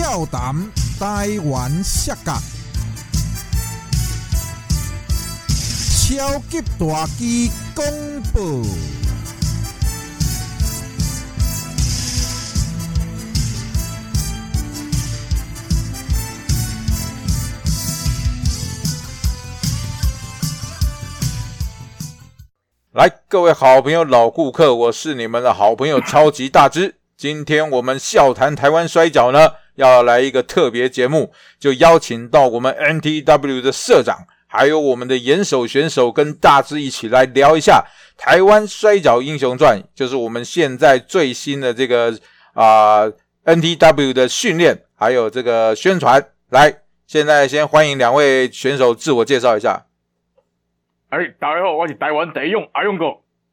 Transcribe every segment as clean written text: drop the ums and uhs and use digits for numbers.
笑谈台湾摔角，超级大机公布。 来，各位好朋友、老顾客，我是你们的好朋友超级大只。今天我们笑谈台湾摔角呢，要来一个特别节目，就邀请到我们 NTW 的社长，还有我们的岩手选手跟大只一起来聊一下台湾摔角英雄传，就是我们现在最新的这个NTW 的训练，还有这个宣传。来，现在先欢迎两位选手自我介绍一下。 大家好，我是台湾第一勇阿勇哥。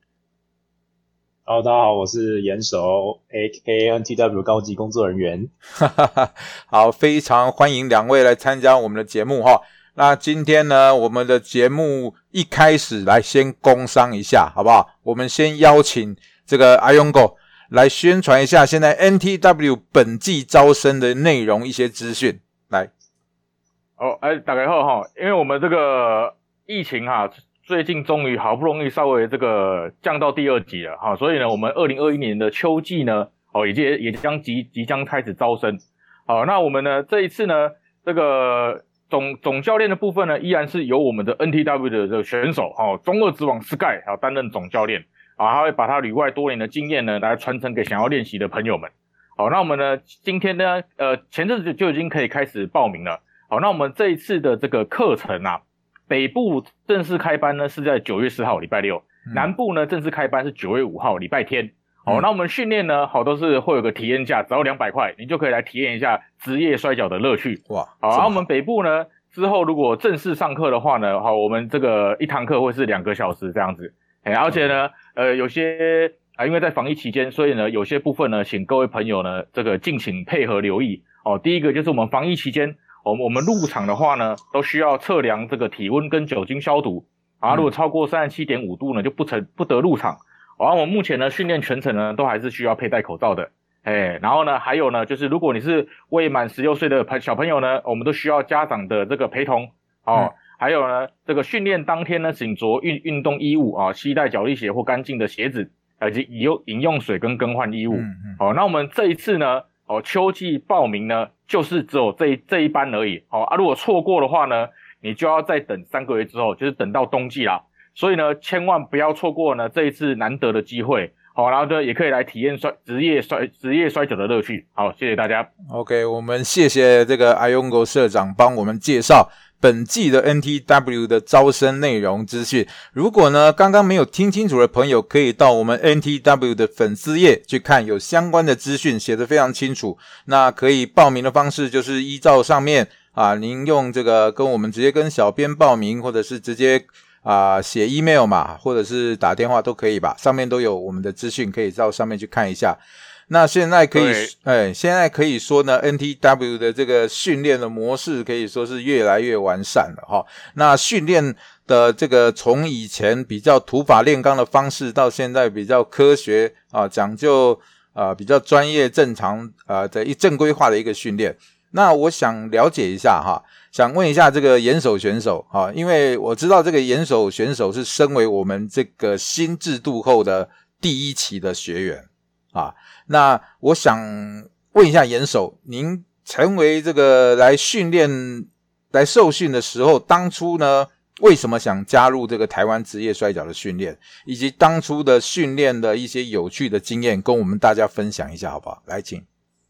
Hello， 大家好，我是岩手 AKA NTW 高级工作人员。 好，非常欢迎两位来参加我们的节目哈。那今天呢，我们的节目一开始来先工商一下，好不好？我们先邀请这个阿勇哥来宣传一下现在 NTW 本季招生的内容一些资讯。来， 大家好哈，因为我们这个疫情最近终于好不容易稍微这个降到第二级了哈，所以呢，我们2021年的秋季呢，也将即将开始招生。好，那我们呢这一次呢，这个总教练的部分呢，依然是由我们的 NTW 的这个选手中二之王 Sky 担任总教练他会把他旅外多年的经验呢来传承给想要练习的朋友们。好，那我们呢今天呢前阵子就已经可以开始报名了。好，那我们这一次的这个课程北部正式开班呢是在9月4号礼拜六，南部呢正式开班是9月5号礼拜天。好，那我们训练呢都是会有个体验价，只要200块，你就可以来体验一下职业摔角的乐趣。 哇！ 好，然后我们北部呢之后如果正式上课的话呢，我们这个一堂课会是2个小时这样子。而且呢有些因为在防疫期间，所以呢有些部分呢请各位朋友呢这个敬请配合留意。第一个就是我们防疫期间我们入场的话呢，都需要测量这个体温跟酒精消毒如果超过 37.5 度呢，就不得入场。我们目前呢训练全程呢都还是需要佩戴口罩的。然后呢还有呢就是如果你是未满16岁的小朋友呢，我们都需要家长的这个陪同。还有呢这个训练当天呢请着运动衣物携带脚力鞋或干净的鞋子，以及饮用水跟更换衣物。那我们这一次呢秋季报名呢就是只有这一班而已。如果错过的话呢，你就要再等3个月之后，就是等到冬季啦。所以呢千万不要错过呢这一次难得的机会。然后呢也可以来体验职业摔角的乐趣。好，谢谢大家。 OK， 我们谢谢这个阿勇哥社长帮我们介绍本季的 NTW 的招生内容资讯。如果呢刚刚没有听清楚的朋友，可以到我们 NTW 的粉丝页去看，有相关的资讯写得非常清楚。那可以报名的方式就是依照上面您用这个跟我们直接跟小编报名，或者是直接写 email 嘛，或者是打电话都可以吧，上面都有我们的资讯，可以到上面去看一下。那现在可以说呢 NTW 的这个训练的模式可以说是越来越完善了那训练的这个从以前比较土法炼钢的方式，到现在比较科学讲究比较专业正常的正规化的一个训练。那我想了解一下想问一下这个岩手选手因为我知道这个岩手选手是身为我们这个新制度后的第一期的学员那我想问一下岩手，您成为这个来受训的时候，当初呢为什么想加入这个台湾职业摔角的训练，以及当初的训练的一些有趣的经验跟我们大家分享一下好不好？来请。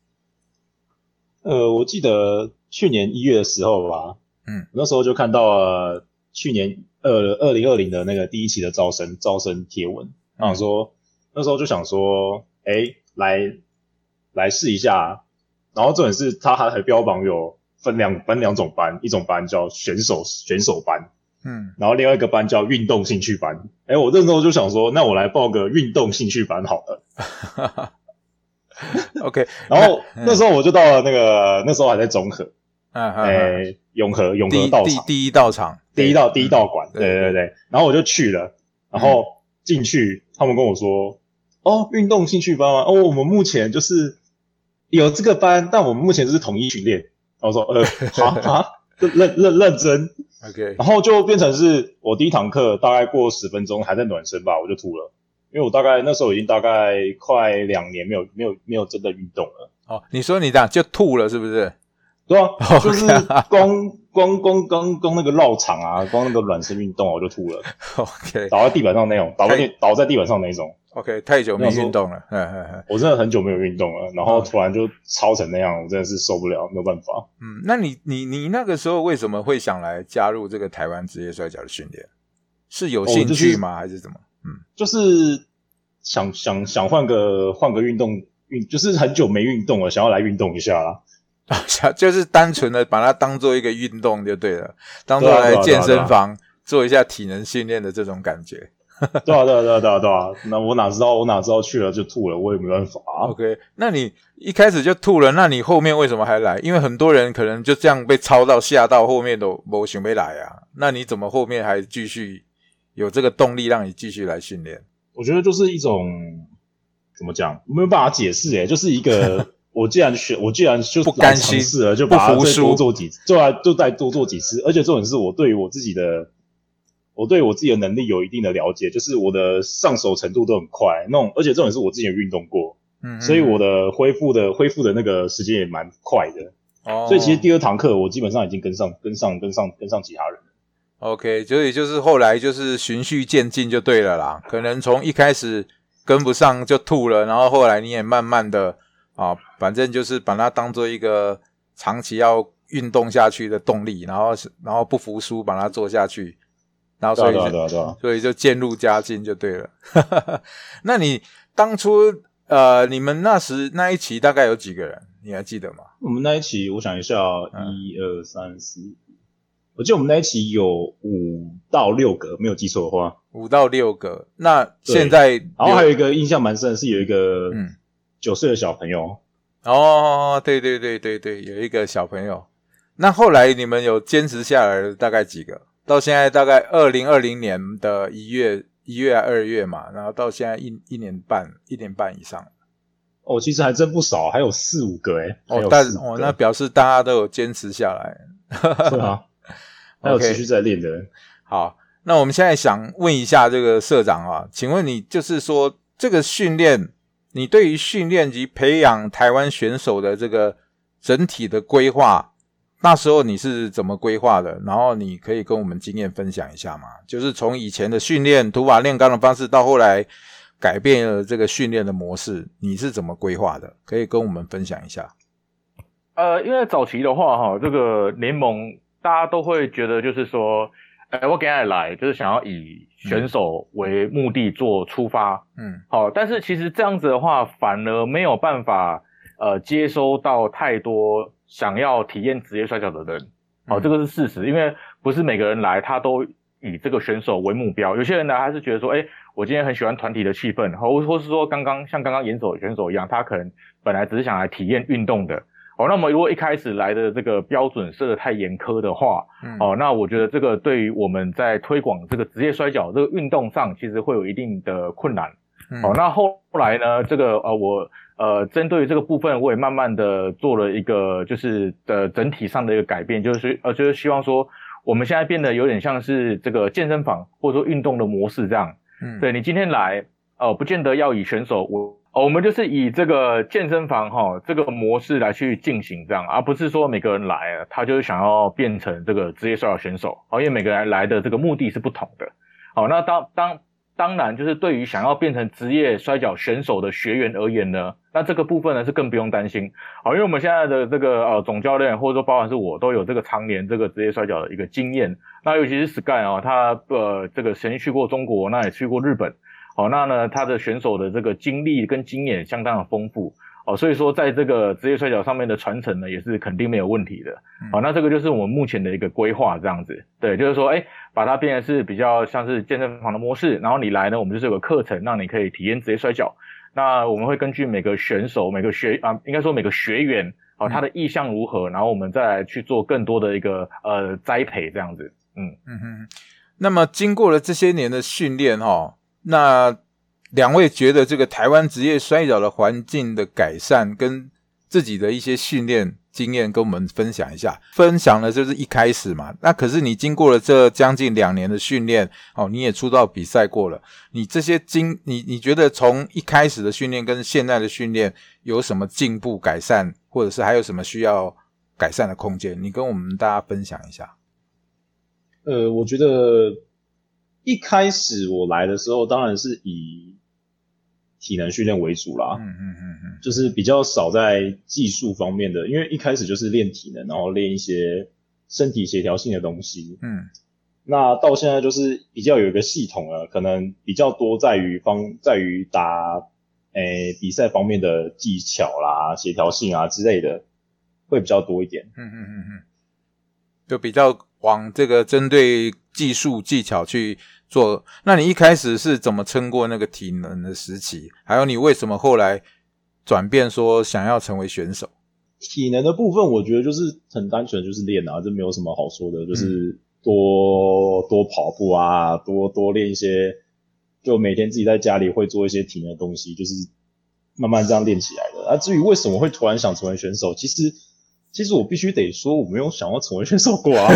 我记得去年1月的时候吧，那时候就看到了去年2020的那个第一期的招生贴文，那时候就想说来试一下。然后重点是他还标榜有分两种班，一种班叫选手班，然后另外一个班叫运动兴趣班。我那时候就想说，那我来报个运动兴趣班好了。 OK， 然后那时候我就到了那时候还在中和，永和道场第一道场， 第一道馆，对。然后我就去了，然后进去，他们跟我说，运动兴趣班吗？我们目前就是有这个班，但我们目前就是统一训练。然后说认真 ，OK， 然后就变成是我第一堂课大概过10分钟还在暖身吧，我就吐了，因为我大概那时候已经大概快2年没有真的运动了。 哦，你说你这样就吐了是不是？ 对啊，就是光那个绕场啊，光那个暖身运动我就吐了。 OK， 倒在地板上那种，倒在地板上那种。 OK， 太久没运动了， 我真的很久没有运动了，然后突然就超成那样，我真的是受不了，没有办法。 那你那个时候为什么会想来加入这个台湾职业摔角的训练？是有兴趣吗？还是怎么？ 就是想换个运动，就是很久没运动了，想要来运动一下啦。 就是单纯的把它当做一个运动就对了，当做来健身房做一下体能训练的这种感觉。 对啊，那我哪知道去了就吐了，我也没办法啊。 OK， 那你一开始就吐了，那你后面为什么还来？因为很多人可能就这样被操到吓到，后面都没想要来啊。那你怎么后面还继续有这个动力让你继续来训练？ 我觉得就是一种怎么讲，没有办法解释就是一个我既然就不甘心尝试了，就把它再多做几次，就再多做几次。而且重点是我对于我自己的能力有一定的了解，就是我的上手程度都很快，而且重点是我之前运动过，所以我的恢复的那个时间也蛮快的。所以其实第2堂课我基本上已经跟上其他人了。 OK， 所以就是后来就是循序渐进就对了啦，可能从一开始跟不上就吐了，然后后来你也慢慢的反正就是把它当做一个长期要运动下去的动力，然后不服输把它做下去，然后所以就渐入佳境就对了。那你当初你们那一期大概有几个人？你还记得吗？ 我们那一期我想一下1、2、3、4，我记得我们那一期有5到6个，没有记错的话。5 到6个。那现在， 然后还有一个印象蛮深的是有一个9岁的小朋友。 对，有一个小朋友。那后来你们有坚持下来的大概几个？到现在大概2020年的1月2月嘛，然后到现在1年半以上。 其实还真不少，还有4、5个那表示大家都有坚持下来。 对啊，还有持续在练的。 好，那我们现在想问一下这个社长请问你就是说这个训练，你对于训练及培养台湾选手的这个整体的规划，那时候你是怎么规划的？然后你可以跟我们经验分享一下吗？就是从以前的训练土法炼钢的方式到后来改变了这个训练的模式，你是怎么规划的？可以跟我们分享一下。 因为早期的话这个联盟大家都会觉得就是说我给他来就是想要以选手为目的做出发，但是其实这样子的话反而没有办法接收到太多想要体验职业摔角的人，这个是事实，因为不是每个人来他都以这个选手为目标，有些人来他是觉得说我今天很喜欢团体的气氛，或是说刚刚演手选手一样，他可能本来只是想来体验运动的。那么如果一开始来的这个标准设得太严苛的话，那我觉得这个对于我们在推广这个职业摔角这个运动上其实会有一定的困难。那后来呢，这个我针对于这个部分我也慢慢的做了一个就是整体上的一个改变，就是希望说我们现在变得有点像是这个健身房或者说运动的模式这样。对，你今天来不见得要以选手我们就是以这个健身房这个模式来去进行这样，而不是说每个人来他就是想要变成这个职业摔角选手，因为每个人来的这个目的是不同的。那当然就是对于想要变成职业摔角选手的学员而言呢，那这个部分呢是更不用担心。因为我们现在的这个总教练或者说包含是我都有这个常年这个职业摔角的一个经验，那尤其是 Sky 他这个曾经去过中国，那也去过日本。那呢他的选手的这个经历跟经验相当的丰富，所以说在这个职业摔角上面的传承呢也是肯定没有问题的。那这个就是我们目前的一个规划这样子。对，就是说把它变成是比较像是健身房的模式，然后你来呢我们就是有个课程让你可以体验职业摔角。那我们会根据每个选手应该说每个学员他的意向如何，然后我们再来去做更多的一个栽培这样子。 那么经过了这些年的训练那两位觉得这个台湾职业摔角的环境的改善跟自己的一些训练经验跟我们分享一下。分享的就是一开始嘛，那可是你经过了这将近2年的训练，你也出道比赛过了，你这些你觉得从一开始的训练跟现在的训练有什么进步改善，或者是还有什么需要改善的空间？你跟我们大家分享一下。 我觉得一开始我来的时候，当然是以体能训练为主啦，就是比较少在技术方面的，因为一开始就是练体能，然后练一些身体协调性的东西，那到现在就是比较有一个系统了，可能比较多在于打比赛方面的技巧啦、协调性啊之类的，会比较多一点。 就比较往这个针对技术技巧去做。那你一开始是怎么撑过那个体能的时期？还有你为什么后来转变说想要成为选手？ 体能的部分我觉得就是很单纯，就是练啊，这没有什么好说的，就是多跑步啊，多练一些，就每天自己在家里会做一些体能的东西，就是慢慢这样练起来的。至于为什么会突然想成为选手，其实我必须得说，我没有想要成为选手过啊，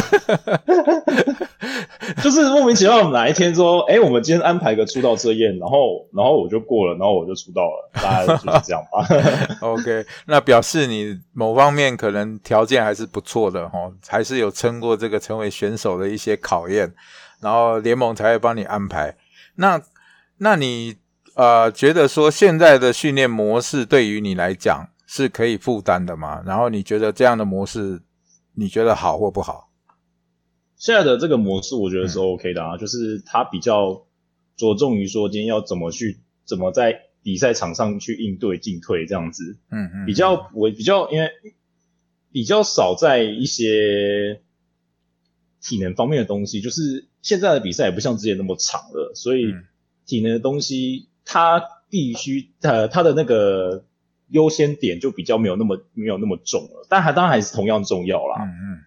就是莫名其妙哪一天说，我们今天安排个出道测验，然后我就过了，然后我就出道了，大概就是这样吧。 OK， 那表示你某方面可能条件还是不错的还是有撑过这个成为选手的一些考验，然后联盟才会帮你安排。那你觉得说现在的训练模式对于你来讲是可以负担的吗？然后你觉得这样的模式你觉得好或不好？ 现在的这个模式我觉得是 OK 的啊，就是它比较着重于说今天要怎么在比赛场上去应对进退这样子。因为比较少在一些体能方面的东西，就是现在的比赛也不像之前那么长了，所以体能的东西它必须它的那个优先点就比较没有那么重了，但当然还是同样重要啦。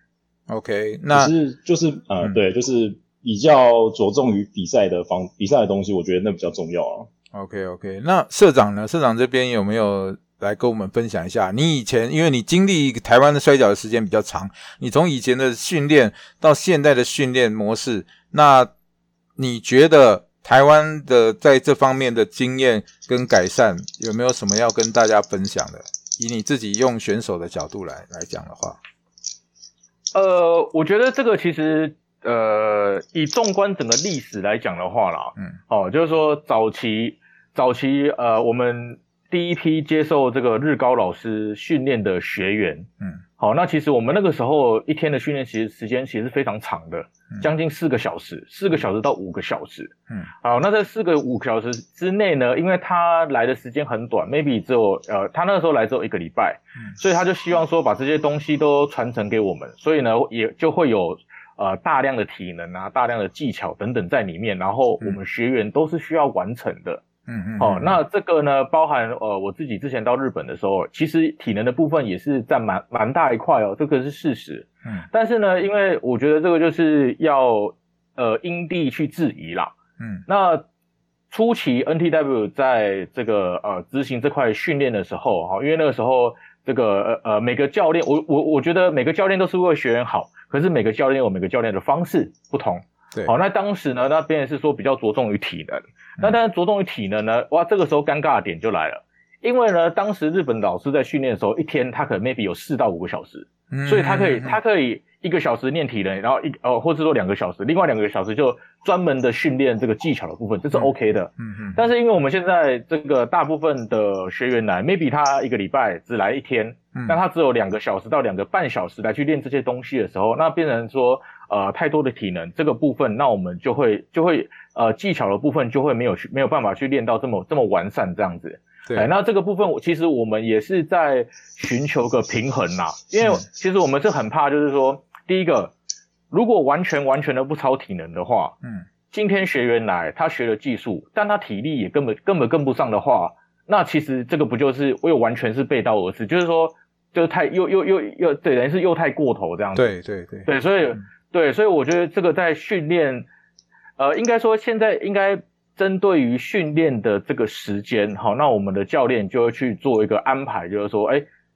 OK， 那对，就是比较着重于比赛的东西，我觉得那比较重要啊。 OK， 那社长呢？社长这边有没有来跟我们分享一下？你以前因为你经历台湾的摔跤的时间比较长，你从以前的训练到现在的训练模式，那你觉得台湾的在这方面的经验跟改善有没有什么要跟大家分享的？以你自己用选手的角度来讲的话。 我觉得这个其实以纵观整个历史来讲的话啦，就是说早期我们第一批接受这个日高老师训练的学员，那其实我们那个时候一天的训练时间其实是非常长的，将近4个小时到5个小时。那在5个小时之内呢，因为他来的时间很短 ，maybe 只有他那个时候来只有1个礼拜，所以他就希望说把这些东西都传承给我们，所以呢也就会有大量的体能啊、大量的技巧等等在里面，然后我们学员都是需要完成的。那这个呢，包含我自己之前到日本的时候，其实体能的部分也是占蛮大一块这个是事实。但是呢，因为我觉得这个就是要因地去制宜啦。那初期 NTW 在这个执行这块训练的时候，因为那个时候这个每个教练，我觉得每个教练都是为学员好，可是每个教练有每个教练的方式不同。 对， 那当时呢，那边是说比较着重于体能。那当然着重于体能呢，这个时候尴尬的点就来了，因为呢，当时日本老师在训练的时候，一天他可能 maybe 有4到5个小时，所以他可以1个小时练体能，然后或者说2个小时，另外2个小时就专门的训练这个技巧的部分，这是 OK 的。但是因为我们现在这个大部分的学员来 ，maybe 他1个礼拜只来1天，那他只有2个小时到2个半小时来去练这些东西的时候，那变成说太多的体能这个部分，那我们就会技巧的部分就会没有办法去练到这么完善这样子。 对， 那这个部分其实我们也是在寻求个平衡啦，因为其实我们是很怕就是说，第一个，如果完全的不超体能的话，今天学员来他学了技术，但他体力也根本跟不上的话，那其实这个不就是又完全是背道而驰，就是说就是太又对，等于是又太过头这样子。对，所以我觉得这个在训练应该说现在应该针对于训练的这个时间，那我们的教练就会去做一个安排，就是说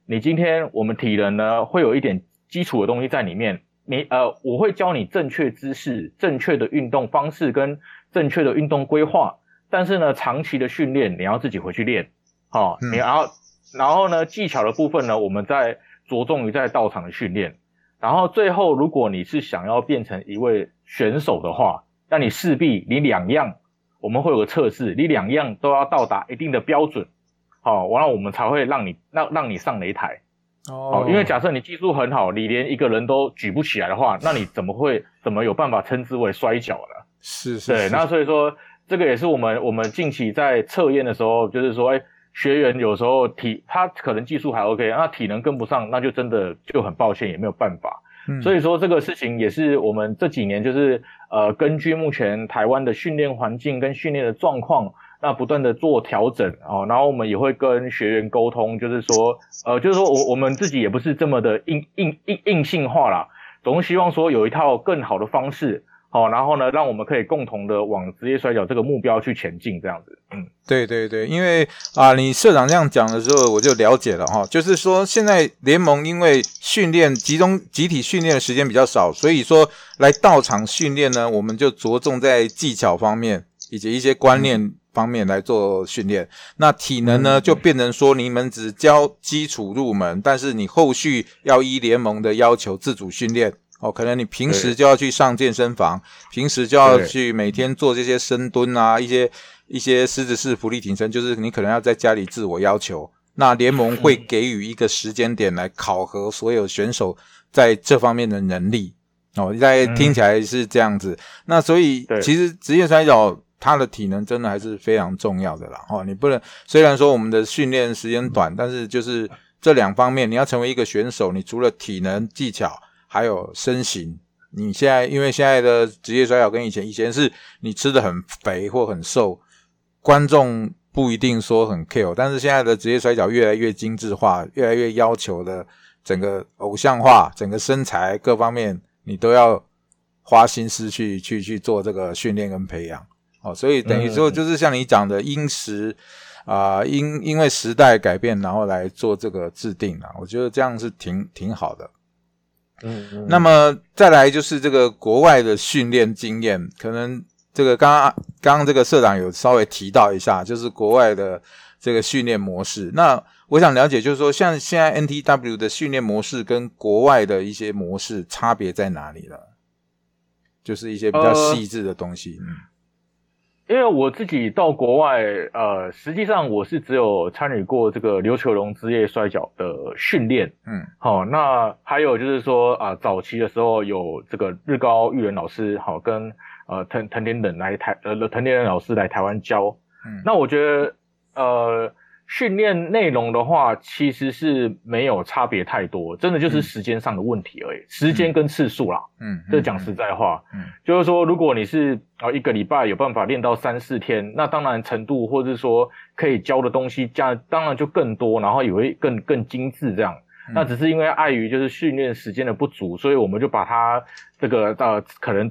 你今天我们体能呢会有一点基础的东西在里面，我会教你正确姿势、正确的运动方式跟正确的运动规划，但是呢长期的训练你要自己回去练，然后呢技巧的部分呢我们再着重于在道场的训练，然后最后如果你是想要变成一位选手的话，那你势必你2样我们会有个测试，你2样都要到达一定的标准，完了我们才会让你上擂台。因为假设你技术很好，你连一个人都举不起来的话，那你怎么有办法称之为摔跤呢？ 是， 对，那所以说这个也是我们近期在测验的时候，就是说，学员有时候他可能技术还 OK， 那体能跟不上，那就真的就很抱歉，也没有办法。所以说这个事情也是我们这几年就是根据目前台湾的训练环境跟训练的状况，那不断的做调整然后我们也会跟学员沟通，就是说我们自己也不是这么的硬性化啦，总是希望说有一套更好的方式然后呢让我们可以共同的往职业摔跤这个目标去前进这样子。 对对对，因为你社长这样讲的时候我就了解了就是说现在联盟因为训练集体训练的时间比较少，所以说来道场训练呢，我们就着重在技巧方面以及一些观念方面来做训练。那体能呢就变成说你们只教基础入门，但是你后续要依联盟的要求自主训练可能你平时就要去上健身房，平时就要去每天做这些深蹲啊，一些狮子式伏地挺身，就是你可能要在家里自我要求。那联盟会给予一个时间点来考核所有选手在这方面的能力大概听起来是这样子。那所以其实职业摔跤它的体能真的还是非常重要的啦你不能，虽然说我们的训练时间短，但是就是这2方面，你要成为一个选手，你除了体能技巧还有身形，你现在因为现在的职业摔跤跟以前是你吃得很肥或很瘦，观众不一定说很 care， 但是现在的职业摔跤越来越精致化，越来越要求的整个偶像化，整个身材各方面你都要花心思去做这个训练跟培养所以等于说就是像你讲的因为时代改变然后来做这个制定我觉得这样是挺好的。那么再来就是这个国外的训练经验，可能这个刚刚这个社长有稍微提到一下，就是国外的这个训练模式。那我想了解就是说像现在 NTW 的训练模式跟国外的一些模式差别在哪里了，就是一些比较细致的东西。 因为我自己到国外实际上我是只有参与过这个刘球龙职业摔跤的训练。那还有就是说早期的时候有这个日高玉人老师跟藤田等藤田老师来台湾教。那我觉得训练内容的话其实是没有差别太多，真的就是时间上的问题而已，时间跟次数啦。这讲实在话。就是说如果你是一个礼拜有办法练到3-4天，那当然程度或是说可以教的东西当然就更多，然后也会更精致这样。那只是因为碍于就是训练时间的不足，所以我们就把它这个可能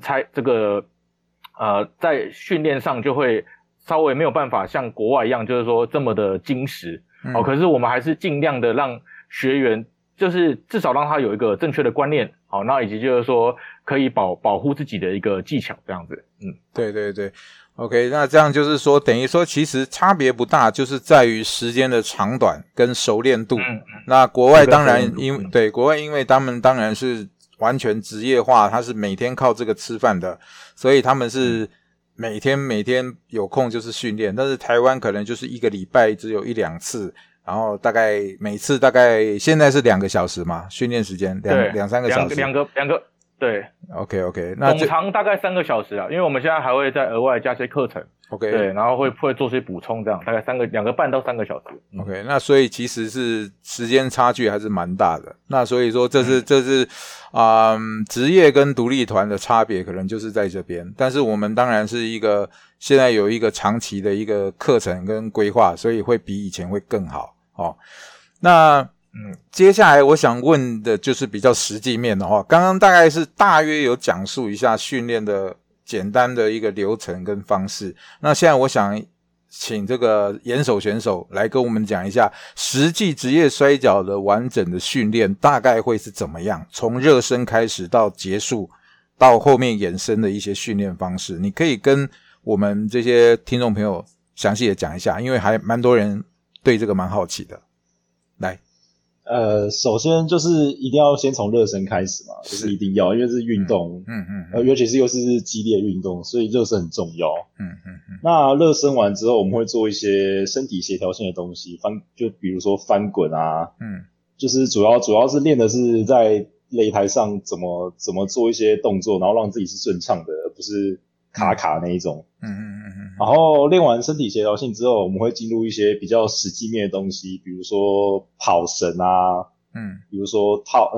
在训练上就会稍微没有办法像国外一样就是说这么的精实。可是我们还是尽量的让学员就是至少让他有一个正确的观念，那以及就是说可以保护自己的一个技巧这样子。 对对对 OK， 那这样就是说等于说其实差别不大，就是在于时间的长短跟熟练度。那国外当然国外因为他们当然是完全职业化，他是每天靠这个吃饭的，所以他们是每天有空就是训练。但是台湾可能就是一个礼拜只有1-2次，然后大概每次大概现在是2个小时嘛，训练时间2-3个小时，两个对 OK 那总长大概3个小时因为我们现在还会再额外加些课程。 OK， 对，然后会做些补充，这样大概2个半到3个小时。 OK， 那所以其实是时间差距还是蛮大的。那所以说这是职业跟独立团的差别可能就是在这边。但是我们当然是现在有一个长期的一个课程跟规划，所以会比以前会更好。那接下来我想问的就是比较实际面的话，刚刚大约有讲述一下训练的简单的一个流程跟方式。那现在我想请这个岩手选手来跟我们讲一下实际职业摔角的完整的训练大概会是怎么样，从热身开始到结束到后面衍生的一些训练方式，你可以跟我们这些听众朋友详细的讲一下，因为还蛮多人对这个蛮好奇的。来， 首先就是一定要先从热身开始嘛，就是一定要，因为是运动，尤其是又是激烈运动，所以热身很重要。那热身完之后，我们会做一些身体协调性的东西，就比如说翻滚啊，就是主要是练的是在擂台上怎么做一些动作，然后让自己是顺畅的，而不是卡那一种。然后练完身体协调性之后，我们会进入一些比较实际面的东西，比如说跑绳啊，比如说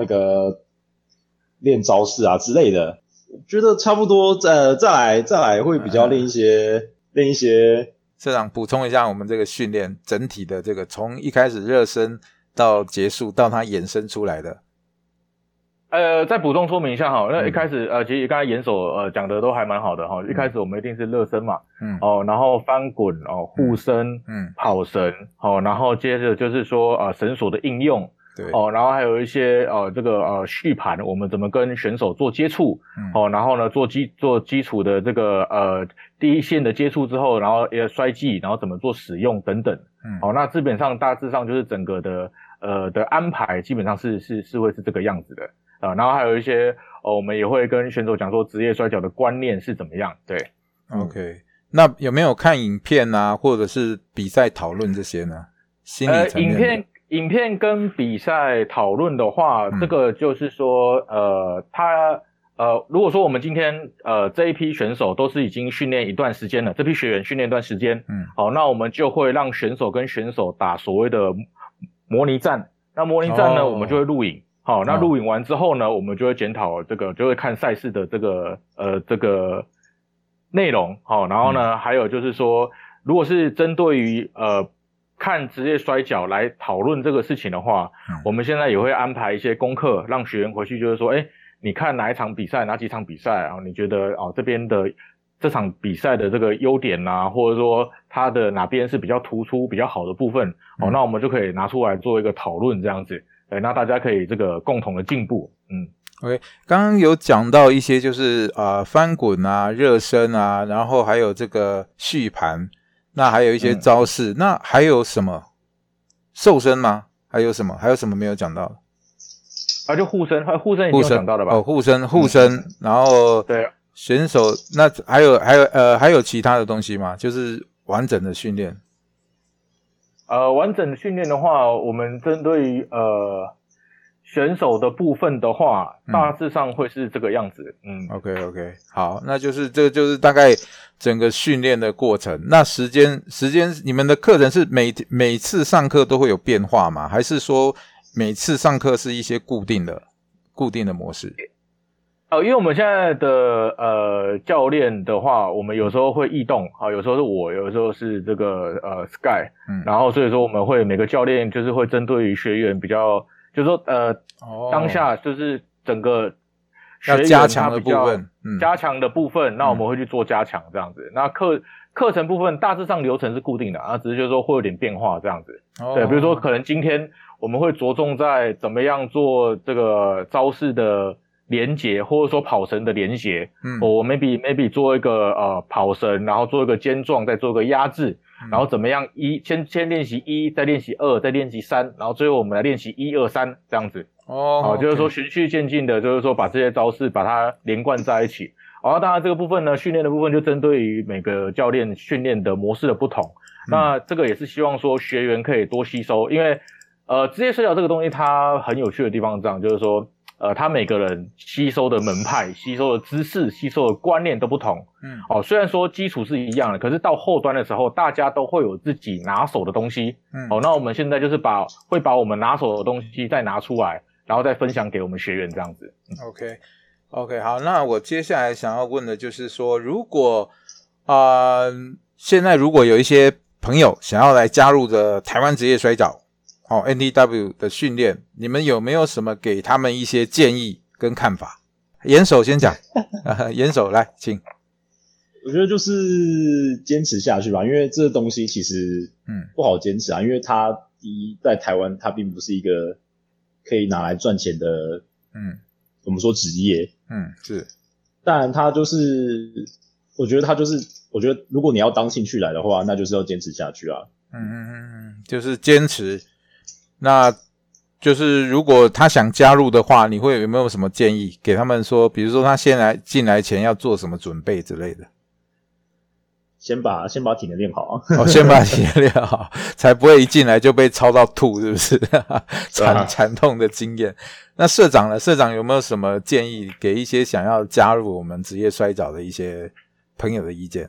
练招式啊之类的。我觉得差不多，再来会比较练一些。 社长补充一下我们这个训练整体的这个从一开始热身到结束到它衍生出来的。 再补充说明一下哈，那一开始其实刚才岩手讲的都还蛮好的哈，一开始我们一定是热身嘛，然后翻滚护身，跑绳，然后接着就是说绳索的应用，对，然后还有一些这个续盘，我们怎么跟选手做接触，然后呢做基础的这个第一线的接触之后，然后摔技，然后怎么做使用等等，那基本上大致上就是整个的安排基本上是会是这个样子的。然后还有一些我们也会跟选手讲说职业摔角的观念是怎么样。对 ，OK， 那有没有看影片啊，或者是比赛讨论这些呢？心理层面的影片跟比赛讨论的话，这个就是说如果说我们今天这一批选手都是已经训练一段时间了，这批学员训练一段时间，好，那我们就会让选手跟选手打所谓的模拟战。那模拟战呢，我们就会录影。好，那录影完之后呢，我们就会检讨就会看赛事的这个内容。好，然后呢，还有就是说，如果是针对于看职业摔角来讨论这个事情的话，我们现在也会安排一些功课，让学员回去就是说，你看哪几场比赛啊，你觉得这边的这场比赛的这个优点啊，或者说它的哪边是比较突出比较好的部分，那我们就可以拿出来做一个讨论这样子。那大家可以这个共同的进步。 OK， 刚刚有讲到一些就是翻滚啊、热身啊，然后还有这个续盘，那还有一些招式，那还有什么？瘦身吗？还有什么没有讲到的？ 就护身已经有讲到了吧？ 护身，然后对选手，那还有其他的东西吗？就是完整的训练。 完整的训练的话，我们针对于选手的部分的话，大致上会是这个样子。 OK， 好，那就是这个就是大概整个训练的过程。那时间，你们的课程是每次上课都会有变化吗？还是说每次上课是一些固定的模式？ 因为我们现在的教练的话，我们有时候会异动，有时候是我，有时候是这个Sky，然后所以说我们会每个教练就是会针对于学员比较，就是说当下就是整个学员加强的部分， 加强的部分，那我们会去做加强这样子。那课程部分大致上流程是固定的，只是就是说会有点变化这样子。对，比如说可能今天我们会着重在怎么样做这个招式的连结，或者说跑绳的连结，我 maybe 做一个跑绳，然后做一个肩撞，再做一个压制，然后怎么样先练习1，再练习2，再练习3，然后最后我们来练习1、2、3这样子。就是说循序渐进的，就是说把这些招式把它连贯在一起。当然这个部分呢，训练的部分就针对于每个教练训练的模式的不同。那这个也是希望说学员可以多吸收，因为职业摔角这个东西它很有趣的地方这样，就是说他每个人吸收的门派、吸收的知识、吸收的观念都不同。虽然说基础是一样的，可是到后端的时候，大家都会有自己拿手的东西。那我们现在就是会把我们拿手的东西再拿出来，然后再分享给我们学员这样子。 OK， 好，那我接下来想要问的就是说，如果现在如果有一些朋友想要来加入的台湾职业摔角NTW 的训练，你们有没有什么给他们一些建议跟看法？岩手先讲，岩手来，请。 我觉得就是坚持下去吧，因为这东西其实不好坚持啊，因为它第一在台湾它并不是一个可以拿来赚钱的我们说职业是， 但它就是我觉得如果你要当兴趣来的话，那就是要坚持下去啊。 就是坚持。那就是如果他想加入的话，你有没有什么建议给他们说，比如说他进来前要做什么准备之类的？ 先把体能练好啊。 先把体能练好，才不会一进来就被操到吐，是不是？惨痛的经验。那社长呢？社长有没有什么建议给一些想要加入我们职业摔角的一些朋友的意见？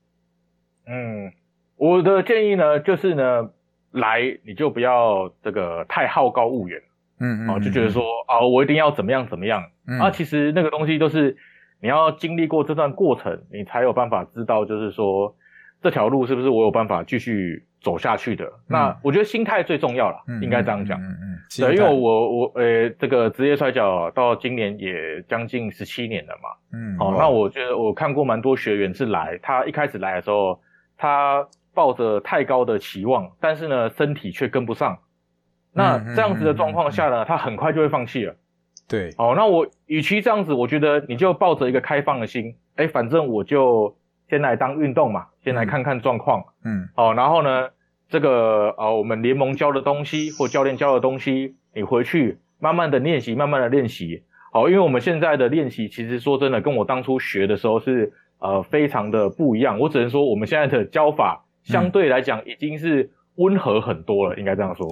我的建议呢，就是呢，来你就不要这个太好高骛远，就觉得说我一定要怎么样怎么样，其实那个东西都是你要经历过这段过程，你才有办法知道，就是说这条路是不是我有办法继续走下去的。那我觉得心态最重要啦，应该这样讲。对，因为我这个职业摔角到今年也将近17年了嘛。那我觉得我看过蛮多学员是来，他一开始来的时候，他抱着太高的期望，但是呢身体却跟不上。那这样子的状况下呢，他很快就会放弃了。 对， 那我与其这样子，我觉得你就抱着一个开放的心，反正我就先来当运动嘛，先来看看状况。然后呢，这个我们联盟教的东西或教练教的东西，你回去慢慢的练习，慢慢的练习。因为我们现在的练习其实说真的，跟我当初学的时候是非常的不一样。我只能说我们现在的教法相对来讲已经是温和很多了，应该这样说。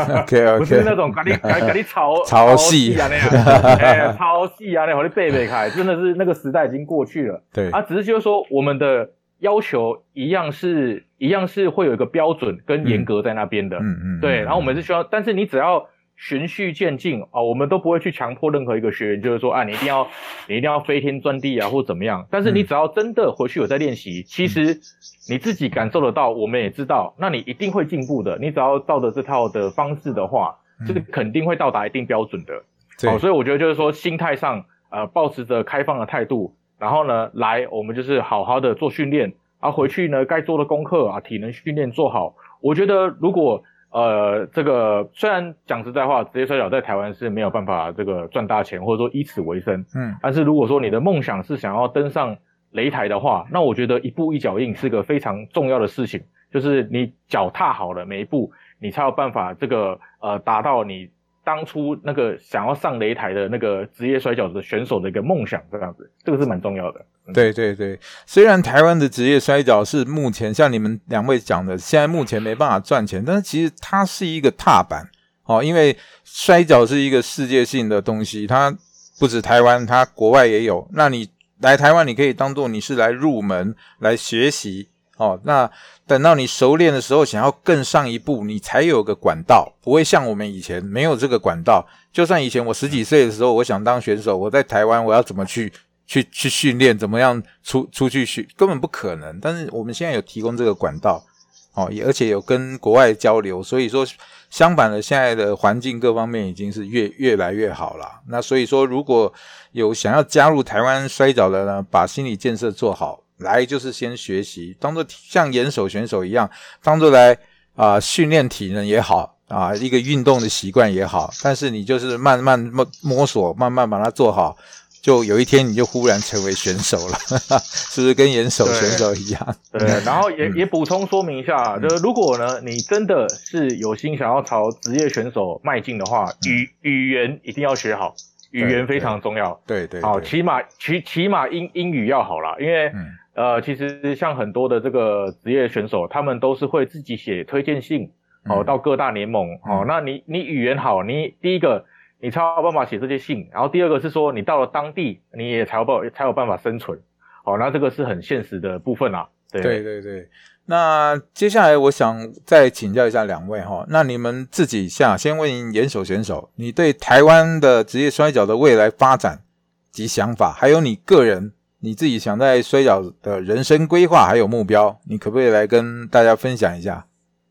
OK， 不是那种给你潮戏啊那样，潮戏啊那样，我就背开，真的是那个时代已经过去了。 对只是就是说我们的要求一样是会有一个标准跟严格在那边的。对，然后我们是需要，但是你只要循序渐进我们都不会去强迫任何一个学员，就是说你一定要飞天钻地啊或怎么样。但是你只要真的回去有在练习，其实你自己感受得到，我们也知道，那你一定会进步的。你只要照着这套的方式的话，就是肯定会到达一定标准的。所以我觉得就是说心态上抱持着开放的态度，然后呢来我们就是好好的做训练回去呢该做的功课体能训练做好。我觉得如果这个虽然讲实在话，职业摔角在台湾是没有办法这个赚大钱，或者说以此为生。但是如果说你的梦想是想要登上擂台的话，那我觉得一步一脚印是个非常重要的事情，就是你脚踏好了每一步，你才有办法这个达到你当初那个想要上擂台的那个职业摔角的选手的一个梦想，这样子，这个是蛮重要的。 对对对，虽然台湾的职业摔角是目前像你们两位讲的，现在目前没办法赚钱，但是其实它是一个踏板因为摔角是一个世界性的东西，它不止台湾，它国外也有。那你来台湾，你可以当作你是来入门来学习那等到你熟练的时候，想要更上一步，你才有个管道，不会像我们以前没有这个管道。就算以前我10几岁的时候，我想当选手，我在台湾我要怎么去训练，怎么样出去训，根本不可能。但是我们现在有提供这个管道而且有跟国外交流，所以说相反的，现在的环境各方面已经是越来越好了。那所以说如果有想要加入台湾摔角的呢，把心理建设做好，来就是先学习，当作像岩手选手一样，当作来训练体能也好一个运动的习惯也好，但是你就是慢慢摸索，慢慢把它做好，就有一天你就忽然成为选手了，是不是跟岩手选手一样？ 对，然后也补充说明一下，就是如果呢你真的是有心想要朝职业选手迈进的话，语言一定要学好，语言非常重要。 对， 起码英语要好啦，因为其实像很多的这个职业选手，他们都是会自己写推荐信到各大联盟那你语言好，你第一个你才有办法写这些信，然后第二个是说你到了当地你也才有办法生存那这个是很现实的部分啦。 对，那接下来我想再请教一下两位那你们自己先问岩手选手，你对台湾的职业摔角的未来发展及想法，还有你个人你自己想在摔角的人生规划还有目标，你可不可以来跟大家分享一下？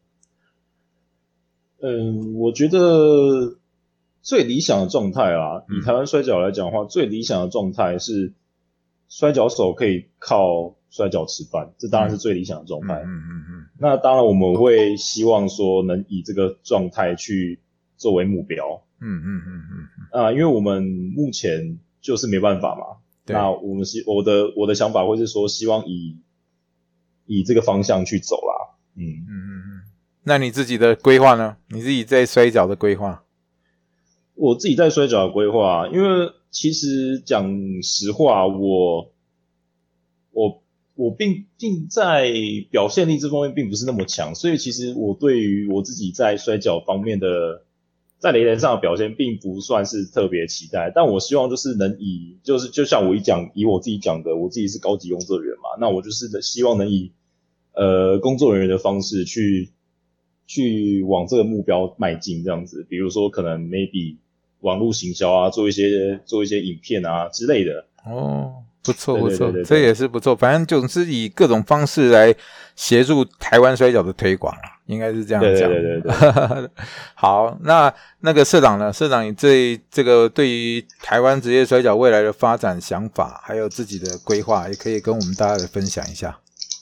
我觉得最理想的状态以台湾摔角来讲的话，最理想的状态是摔跤手可以靠摔跤吃饭，这当然是最理想的状态。那当然我们会希望说能以这个状态去作为目标。因为我们目前就是没办法嘛。那我的想法会是说，希望以这个方向去走啦。 那你自己的规划呢？你自己在摔跤的规划？ 我自己在摔跤的规划，因为其实讲实话，我并在表现力这方面并不是那么强，所以其实我对于我自己在摔跤方面的在擂台上的表现并不算是特别期待，但我希望就是能就像以我自己讲的，我自己是高级工作人员嘛，那我就是希望能以工作人员的方式去往这个目标迈进这样子，比如说可能 maybe 网络行销啊，做一些影片啊之类的。 不错，这也是不错。反正就是以各种方式来协助台湾摔跤的推广，应该是这样讲。对。好，那个社长呢？社长，你这个对于台湾职业摔跤未来的发展想法，还有自己的规划，也可以跟我们大家来分享一下。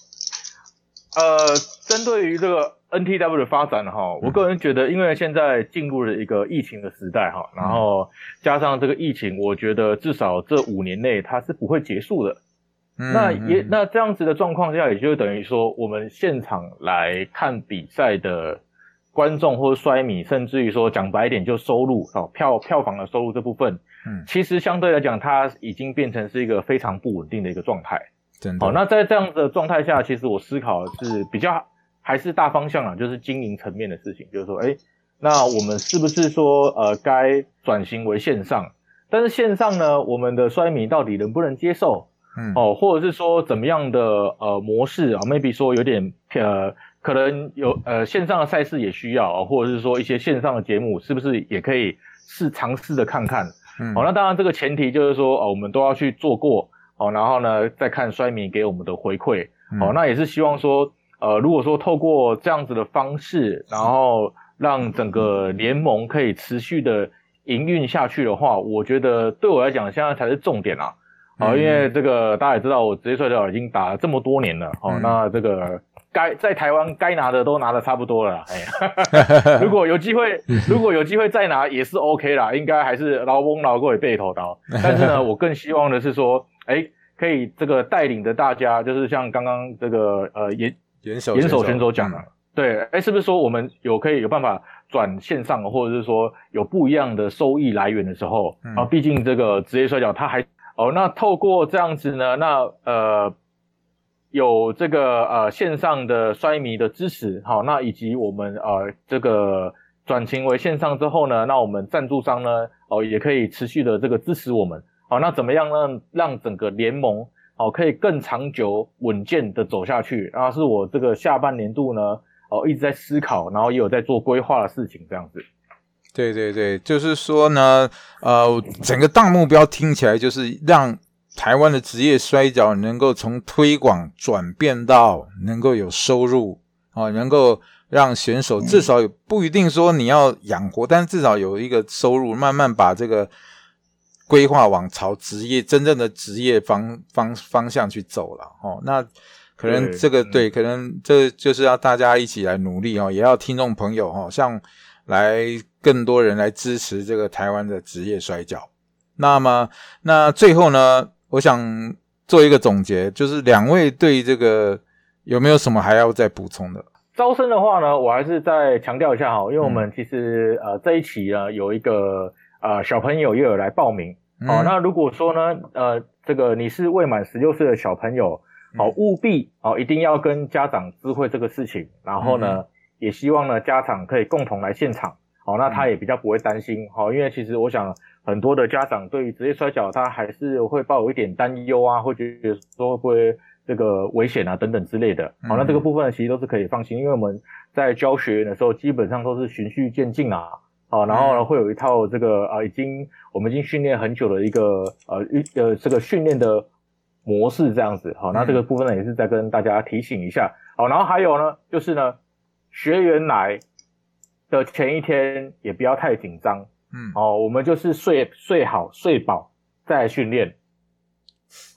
针对于这个 NTW 的发展我个人觉得，因为现在进入了一个疫情的时代然后加上这个疫情，我觉得至少这5年内它是不会结束的。那这样子的状况下，也就等于说，我们现场来看比赛的观众或者摔迷，甚至于说讲白一点，就收入票房的收入这部分，其实相对来讲，它已经变成是一个非常不稳定的一个状态。那在这样的状态下，其实我思考的是比较还是大方向就是经营层面的事情，就是说那我们是不是说该转型为线上，但是线上呢，我们的摔迷到底能不能接受或者是说怎么样的模式maybe 说有点可能有线上的赛事也需要或者是说一些线上的节目是不是也可以尝试的看看那当然这个前提就是说我们都要去做过然后呢再看摔迷给我们的回馈那也是希望说如果说透过这样子的方式，然后让整个联盟可以持续的营运下去的话，我觉得对我来讲现在才是重点因为这个大家也知道，我职业摔跤已经打了这么多年了那这个在台湾该拿的都拿的差不多了啦如果有机会再拿也是 OK 啦，应该还是老翁老过也背头刀。但是呢，我更希望的是说可以这个带领着大家，就是像刚刚这个严守选手讲的对是不是说我们可以有办法转线上，或者是说有不一样的收益来源的时候毕竟这个职业摔跤它还那透过这样子呢，那有这个线上的摔迷的支持那以及我们这个转型为线上之后呢，那我们赞助商呢也可以持续的这个支持我们那怎么样呢，让整个联盟可以更长久稳健的走下去，然后是我这个下半年度呢一直在思考，然后也有在做规划的事情这样子。 对，就是说呢整个大目标听起来就是让台湾的职业摔跤能够从推广转变到能够有收入能够让选手至少不一定说你要养活，但至少有一个收入，慢慢把这个规划往朝真正的职业方向去走了那可能这个对，可能这就是要大家一起来努力也要听众朋友像来更多人来支持这个台湾的职业摔跤。那最后呢，我想做一个总结，就是2位对这个有没有什么还要再补充的？ 招生的话呢，我还是再强调一下因为我们其实这一期呢有一个小朋友也有来报名那如果说呢这个你是未满16岁的小朋友务必一定要跟家长知会这个事情，然后呢也希望呢家长可以共同来现场那他也比较不会担心因为其实我想很多的家长对于职业摔跤他还是会抱有一点担忧会觉得说会不会这个危险等等之类的那这个部分呢其实都是可以放心，因为我们在教学员的时候基本上都是循序渐进然后呢会有一套这个我们已经训练很久的一个这个训练的模式这样子那这个部分呢也是再跟大家提醒一下然后还有呢就是呢学员来的前一天也不要太紧张我们就是睡好睡饱再来训练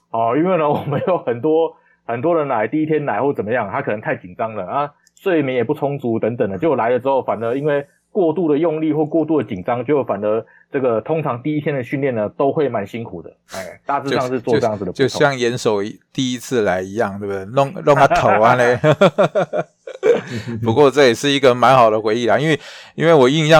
因为呢我们有很多人来，第一天来或怎么样，他可能太紧张了啊，睡眠也不充足等等的，结果来了之后反而因为过度的用力或过度的紧张，结果反而这个通常第一天的训练呢都会蛮辛苦的，大致上是做这样子的不同， 就像岩手第一次来一样，对不对？弄他头啊嘞。不过这也是一个蛮好的回忆啦，因为我印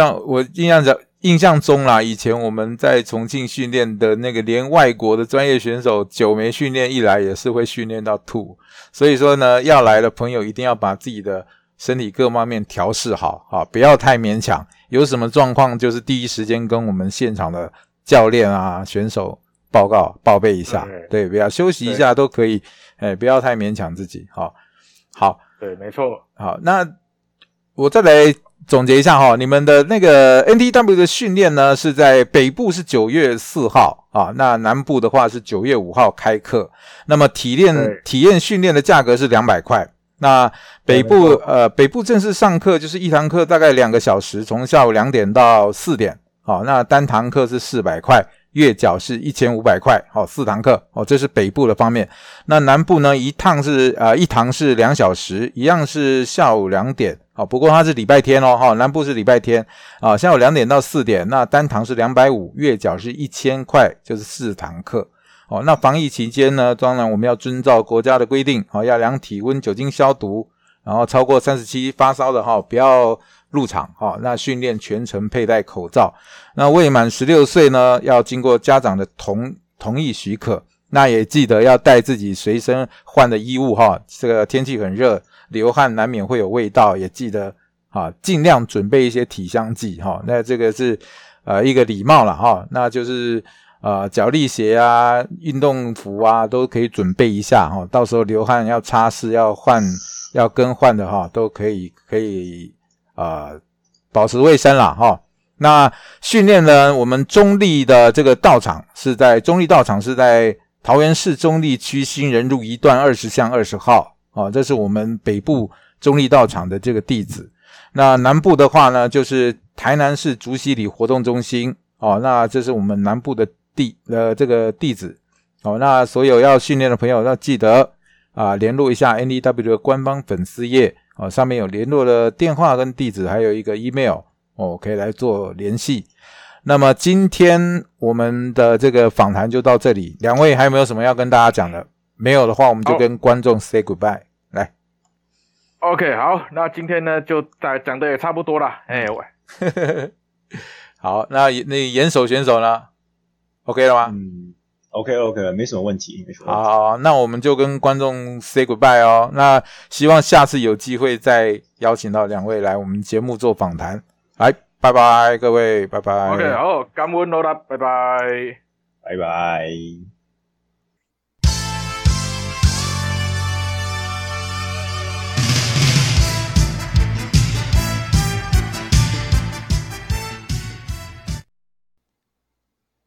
象中啦，以前我们在重庆训练的那个连外国的专业选手久没训练一来也是会训练到吐，所以说呢要来的朋友一定要把自己的身体各方面调试好啊，不要太勉强，有什么状况就是第一时间跟我们现场的教练啊选手报备一下，对，不要休息一下都可以，不要太勉强自己，好， 对，没错。 好，那我再来总结一下哈，你们的那个 NTW 的训练呢是在北部是9月4号啊，那南部的话是9月5号开课，那么体验训练的价格是200块。那北部正式上课就是一堂课大概2个小时，从下午2点到4点，那单堂课是400块，月缴是1500块，4堂课，这是北部的方面。那南部呢一堂是2小时，一样是下午2点，不过它是礼拜天南部是礼拜天下午2点到4点，那单堂是250，月缴是1000块，就是4堂课。那防疫期间呢，当然我们要遵照国家的规定，要量体温、酒精消毒，然后超过37发烧的不要入场，那训练全程佩戴口罩。那未满16岁呢，要经过家长的同意许可。那也记得要带自己随身换的衣物这个天气很热，流汗难免会有味道，也记得尽量准备一些体香剂那这个是一个礼貌啦那就是脚力鞋啊、运动服啊都可以准备一下到时候流汗要擦拭、要更换的都可以保持卫生啦那训练呢，我们中立的这个中立道场是在桃园市中立区新人路1段20巷20号这是我们北部中立道场的这个地址。那南部的话呢，就是台南市竹溪里活动中心那这是我们南部的这个地址那所有要训练的朋友要记得联络一下 NTW 的官方粉丝页上面有联络的电话跟地址，还有一个 email可以来做联系。那么今天我们的这个访谈就到这里，两位还有没有什么要跟大家讲的？没有的话我们就跟观众 say goodbye 来。 OK， 好，那今天呢就讲的也差不多了好，那岩手选手呢 OK 了吗 ？OK， 没什么问题。 好，那我们就跟观众 say goodbye那希望下次有机会再邀请到两位来我们节目做访谈。来，拜拜各位，拜拜。 OK， 好，感恩啦，拜拜。 拜拜。